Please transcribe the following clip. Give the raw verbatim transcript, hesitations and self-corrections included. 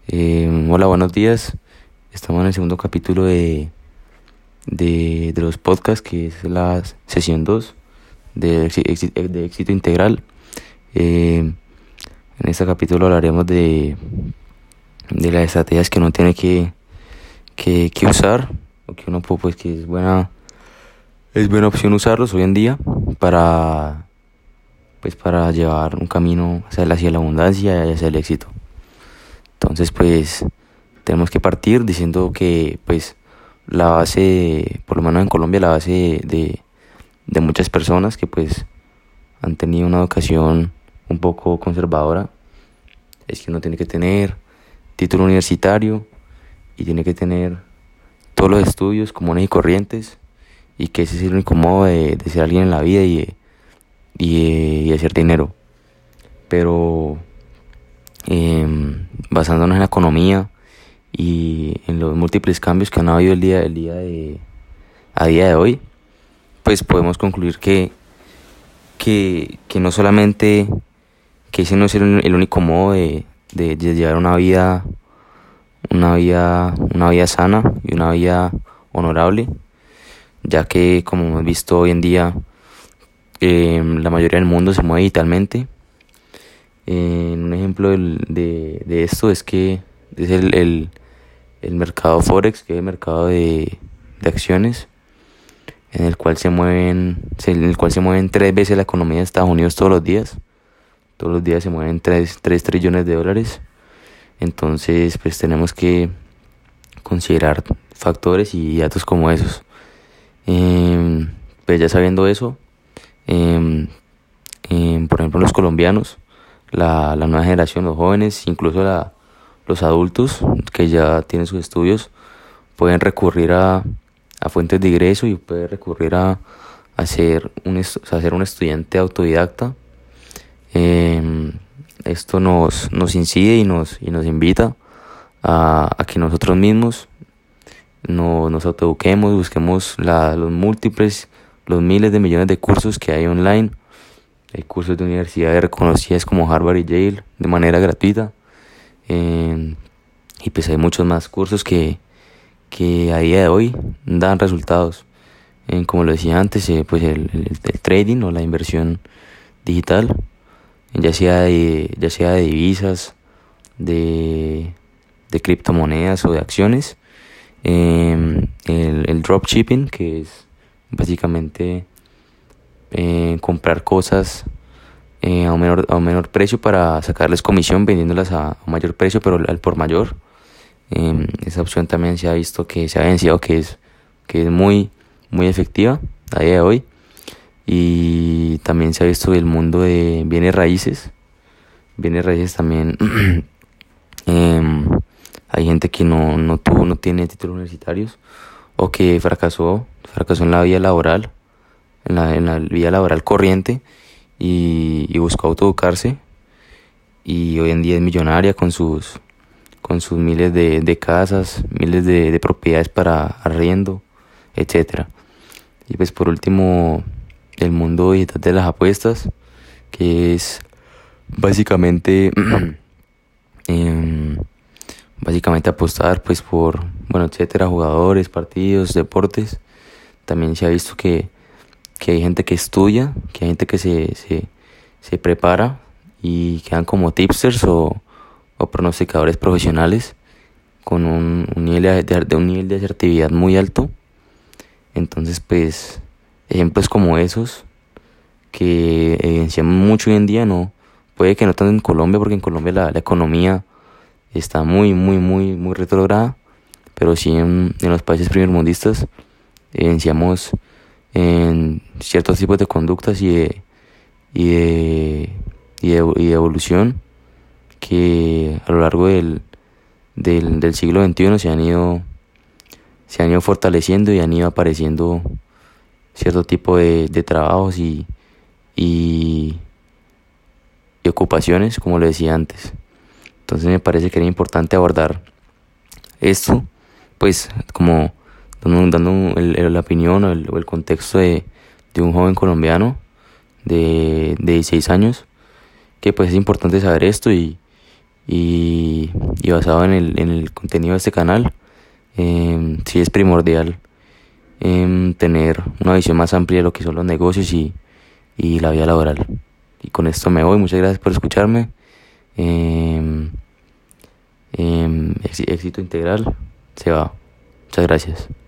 Eh, hola, buenos días. Estamos en el segundo capítulo de, de, de los podcasts, que es la sesión dos de, éxi- éxi- de éxito integral. Eh, en este capítulo hablaremos de, de las estrategias que uno tiene que, que, que usar, o que uno pu- pues que es buena, es buena opción usarlos hoy en día para, pues, para llevar un camino hacia, la- hacia la abundancia y hacia el éxito. Entonces, pues tenemos que partir diciendo que, pues, la base, por lo menos en Colombia, la base de, de muchas personas que, pues, han tenido una educación un poco conservadora, es que uno tiene que tener título universitario y tiene que tener todos los estudios comunes y corrientes, y que ese es el único modo de, de ser alguien en la vida y de, y de, y de hacer dinero. Pero em, basándonos en la economía y en los múltiples cambios que han habido el día, el día de, a día de hoy, pues podemos concluir que, que, que no solamente que ese no es el, el único modo de, de, de llevar una vida, una vida, una vida sana y una vida honorable, ya que, como hemos visto hoy en día, eh, la mayoría del mundo se mueve digitalmente. Eh, un ejemplo del- de, de esto es que es el, el, el mercado Forex, que es el mercado de, de acciones, en el cual se mueven, se- en el cual se mueven tres veces la economía de Estados Unidos todos los días. Todos los días se mueven tres tres trillones de dólares. Entonces, pues tenemos que considerar factores y datos como esos. Em, pues ya sabiendo eso, em, em, por ejemplo, los colombianos, la, la nueva generación, los jóvenes, incluso la, los adultos que ya tienen sus estudios, pueden recurrir a, a fuentes de ingreso y pueden recurrir a, a ser un, estu- a ser un estudiante autodidacta. Em, Esto nos, nos incide y nos, y nos invita a, a que nosotros mismos no, nos autoeduquemos, busquemos la, los múltiples, los miles de millones de cursos que hay online. Hay cursos de universidades reconocidas como Harvard y Yale de manera gratuita. Em, y pues hay muchos más cursos que, que a día de hoy dan resultados. Em, como lo decía antes, eh, pues el, el, el trading o la inversión digital, ya sea de, ya sea de divisas, de, de criptomonedas o de acciones. Em, el, el dropshipping, que es básicamente eh, comprar cosas eh, a un menor, a un menor precio para sacarles comisión vendiéndolas a, a un mayor precio, pero al por mayor. Em, esa opción también se ha visto que se ha evidenciado que es, que es muy, muy efectiva a día de hoy. Y también se ha visto el mundo de bienes raíces. Bienes raíces también. em, Hay gente que no, no tuvo, no tiene títulos universitarios, o que fracasó, fracasó en la vida laboral, en la, en la vida laboral corriente, y, y buscó autoeducarse, y hoy en día es millonaria con sus, con sus miles de, de casas, miles de, de propiedades para arriendo, etcétera. Y pues por último, el mundo digital de las apuestas, que es básicamente em, básicamente apostar pues por, bueno, etcétera, jugadores, partidos, deportes. También se ha visto que, que hay gente que estudia, que hay gente que se, se, se prepara y quedan como tipsters o, o pronosticadores profesionales con un, un nivel de, de, de un nivel de asertividad muy alto. Entonces, pues, ejemplos como esos que evidenciamos mucho hoy en día, no, puede que no tanto en Colombia, porque en Colombia la, la economía está muy, muy, muy, muy retrograda, pero sí en, en los países primermundistas evidenciamos en ciertos tipos de conductas y de, y de, y de, y de evolución que a lo largo del, del, del siglo veintiuno se han ido, se han ido fortaleciendo y han ido apareciendo cierto tipo de, de trabajos y, y, y ocupaciones, como lo decía antes. Entonces me parece que era importante abordar esto, pues como dando, dando el- el- la opinión o el, o el contexto de, de un joven colombiano de, de dieciséis años, que pues es importante saber esto y, y, y basado en el, en el contenido de este canal, eh, sí es primordial eh, tener una visión más amplia de lo que son los negocios y, y la vida laboral. Y con esto me voy, muchas gracias por escucharme. Eh, eh, éxito integral se va. Muchas gracias.